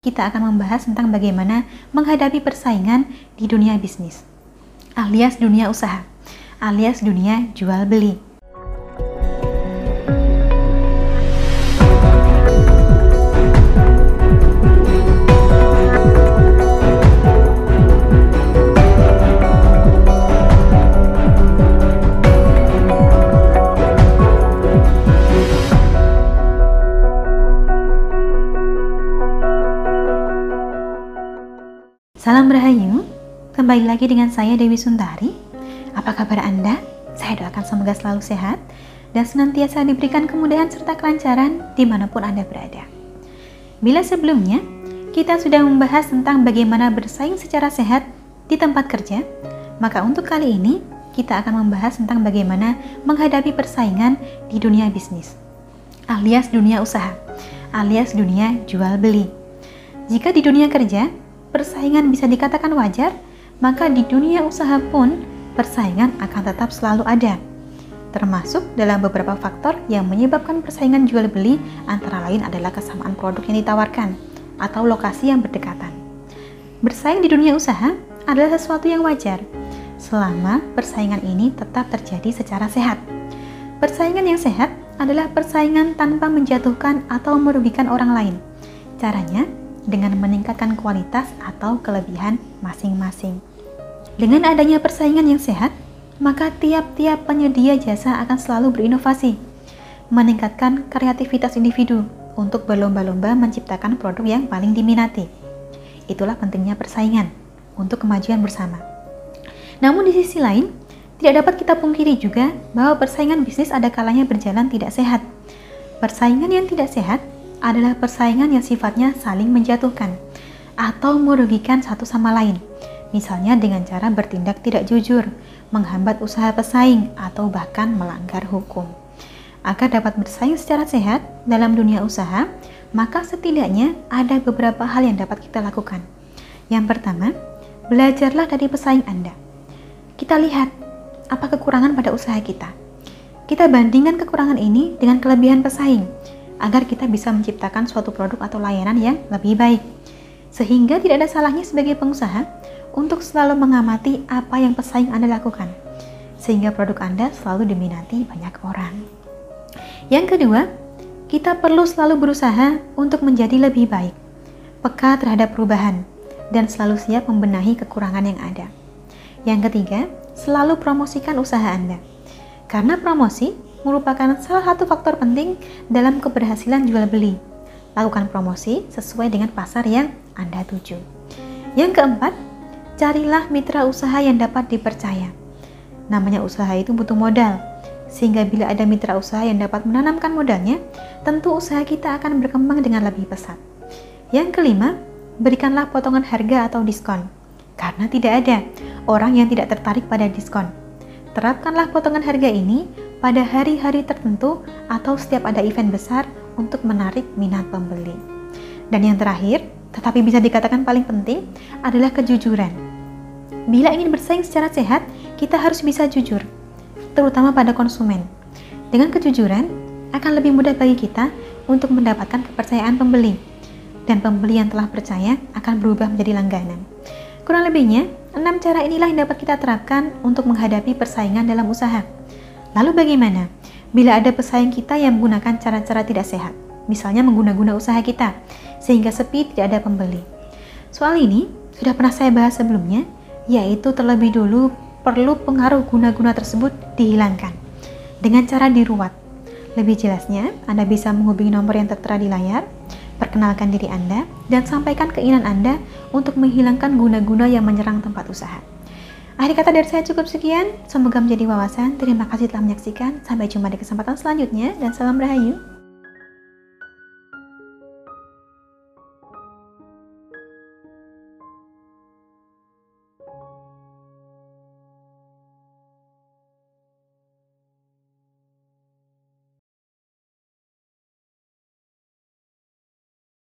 Kita akan membahas tentang bagaimana menghadapi persaingan di dunia bisnis, alias dunia usaha, alias dunia jual beli. Salam Rahayu, kembali lagi dengan saya Dewi Suntari. Apa kabar Anda? Saya doakan semoga selalu sehat dan senantiasa diberikan kemudahan serta kelancaran dimanapun Anda berada. Bila sebelumnya kita sudah membahas tentang bagaimana bersaing secara sehat di tempat kerja, maka untuk kali ini kita akan membahas tentang bagaimana menghadapi persaingan di dunia bisnis, alias dunia usaha, alias dunia jual beli. Jika di dunia kerja persaingan bisa dikatakan wajar, maka di dunia usaha pun persaingan akan tetap selalu ada. Termasuk dalam beberapa faktor yang menyebabkan persaingan jual beli, antara lain adalah kesamaan produk yang ditawarkan atau lokasi yang berdekatan. Bersaing di dunia usaha adalah sesuatu yang wajar selama persaingan ini tetap terjadi secara sehat. Persaingan yang sehat adalah persaingan tanpa menjatuhkan atau merugikan orang lain. Caranya dengan meningkatkan kualitas atau kelebihan masing-masing. Dengan adanya persaingan yang sehat, maka tiap-tiap penyedia jasa akan selalu berinovasi, meningkatkan kreativitas individu untuk berlomba-lomba menciptakan produk yang paling diminati. Itulah pentingnya persaingan untuk kemajuan bersama. Namun di sisi lain, tidak dapat kita pungkiri juga bahwa persaingan bisnis ada kalanya berjalan tidak sehat. Persaingan yang tidak sehat adalah persaingan yang sifatnya saling menjatuhkan atau merugikan satu sama lain, misalnya dengan cara bertindak tidak jujur, menghambat usaha pesaing, atau bahkan melanggar hukum. Agar dapat bersaing secara sehat dalam dunia usaha, maka setidaknya ada beberapa hal yang dapat kita lakukan. Yang pertama, belajarlah dari pesaing Anda. Kita lihat apa kekurangan pada usaha kita. Kita bandingkan kekurangan ini dengan kelebihan pesaing, agar kita bisa menciptakan suatu produk atau layanan yang lebih baik. Sehingga tidak ada salahnya sebagai pengusaha untuk selalu mengamati apa yang pesaing Anda lakukan, sehingga produk Anda selalu diminati banyak orang. Yang kedua, kita perlu selalu berusaha untuk menjadi lebih baik, peka terhadap perubahan, dan selalu siap membenahi kekurangan yang ada. Yang ketiga, selalu promosikan usaha Anda. Karena promosi merupakan salah satu faktor penting dalam keberhasilan jual beli. Lakukan promosi sesuai dengan pasar yang Anda tuju. Yang keempat, carilah mitra usaha yang dapat dipercaya. Namanya usaha itu butuh modal, sehingga bila ada mitra usaha yang dapat menanamkan modalnya, tentu usaha kita akan berkembang dengan lebih pesat. Yang kelima, berikanlah potongan harga atau diskon, karena tidak ada orang yang tidak tertarik pada diskon. Terapkanlah potongan harga ini pada hari-hari tertentu atau setiap ada event besar untuk menarik minat pembeli. Dan yang terakhir, tetapi bisa dikatakan paling penting, adalah kejujuran. Bila ingin bersaing secara sehat, kita harus bisa jujur, terutama pada konsumen. Dengan kejujuran, akan lebih mudah bagi kita untuk mendapatkan kepercayaan pembeli. Dan pembeli yang telah percaya akan berubah menjadi langganan. Kurang lebihnya, 6 cara inilah yang dapat kita terapkan untuk menghadapi persaingan dalam usaha. Lalu bagaimana bila ada pesaing kita yang menggunakan cara-cara tidak sehat, misalnya mengguna-guna usaha kita, sehingga sepi tidak ada pembeli? Soal ini sudah pernah saya bahas sebelumnya, yaitu terlebih dulu perlu pengaruh guna-guna tersebut dihilangkan dengan cara diruat. Lebih jelasnya, Anda bisa menghubungi nomor yang tertera di layar, perkenalkan diri Anda, dan sampaikan keinginan Anda untuk menghilangkan guna-guna yang menyerang tempat usaha. Akhir kata dari saya cukup sekian, semoga menjadi wawasan. Terima kasih telah menyaksikan, sampai jumpa di kesempatan selanjutnya, dan salam Rahayu.